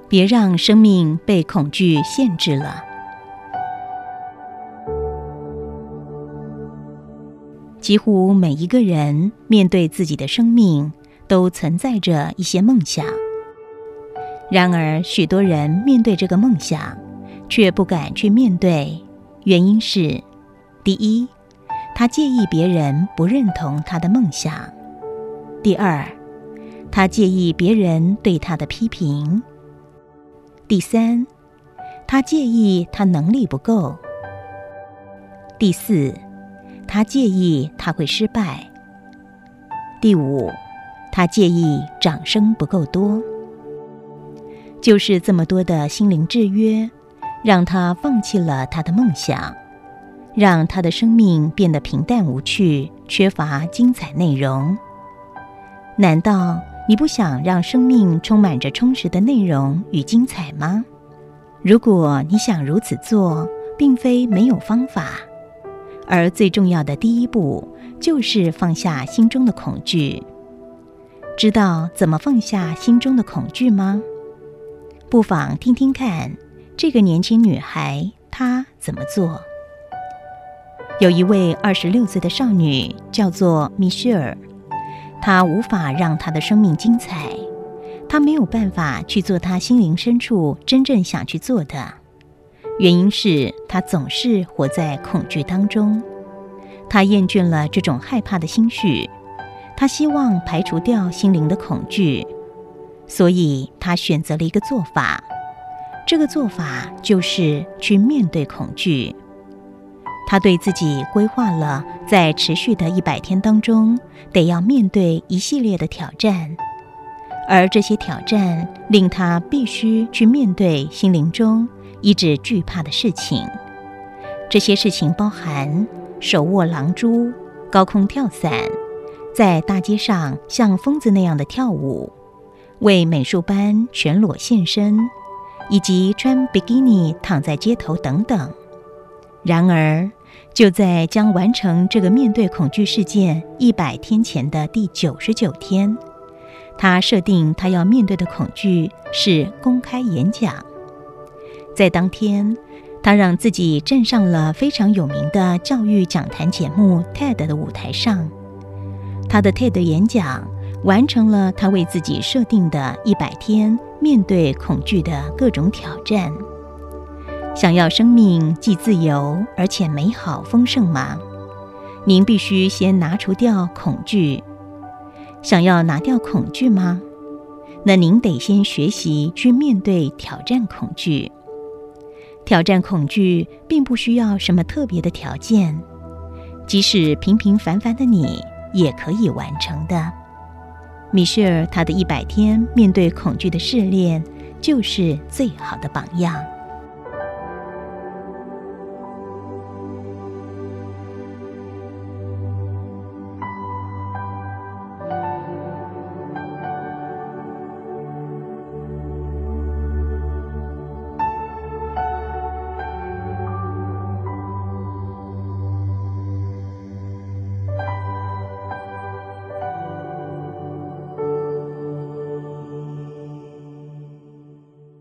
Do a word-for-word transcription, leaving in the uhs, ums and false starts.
别让生命被恐惧限制了。几乎每一个人面对自己的生命，都存在着一些梦想。然而，许多人面对这个梦想，却不敢去面对，原因是：第一，他介意别人不认同他的梦想；第二，他介意别人对他的批评；第三，他介意他能力不够；第四，他介意他会失败；第五，他介意掌声不够多。就是这么多的心灵制约，让他放弃了他的梦想，让他的生命变得平淡无趣，缺乏精彩内容。难道你不想让生命充满着充实的内容与精彩吗？如果你想如此做，并非没有方法，而最重要的第一步就是放下心中的恐惧。知道怎么放下心中的恐惧吗？不妨听听看这个年轻女孩她怎么做。有一位二十六岁的少女叫做米歇尔，她无法让她的生命精彩，她没有办法去做她心灵深处真正想去做的，原因是她总是活在恐惧当中。她厌倦了这种害怕的心绪，她希望排除掉心灵的恐惧，所以她选择了一个做法，这个做法就是去面对恐惧。她对自己规划了在持续的一百天当中得要面对一系列的挑战，而这些挑战令她必须去面对心灵中一直惧怕的事情。这些事情包含手握狼蛛、高空跳伞、在大街上像疯子那样的跳舞、为美术班全裸现身，以及穿比基尼躺在街头等等。然而，就在将完成这个面对恐惧事件一百天前的第九十九天，他设定他要面对的恐惧是公开演讲。在当天，他让自己站上了非常有名的教育讲坛节目 T E D 的舞台上。他的 T E D 演讲完成了他为自己设定的一百天面对恐惧的各种挑战。想要生命既自由而且美好丰盛吗？您必须先拿除掉恐惧。想要拿掉恐惧吗？那您得先学习去面对挑战恐惧。挑战恐惧并不需要什么特别的条件，即使平平凡凡的你也可以完成的。米歇尔他的一百天面对恐惧的试炼就是最好的榜样。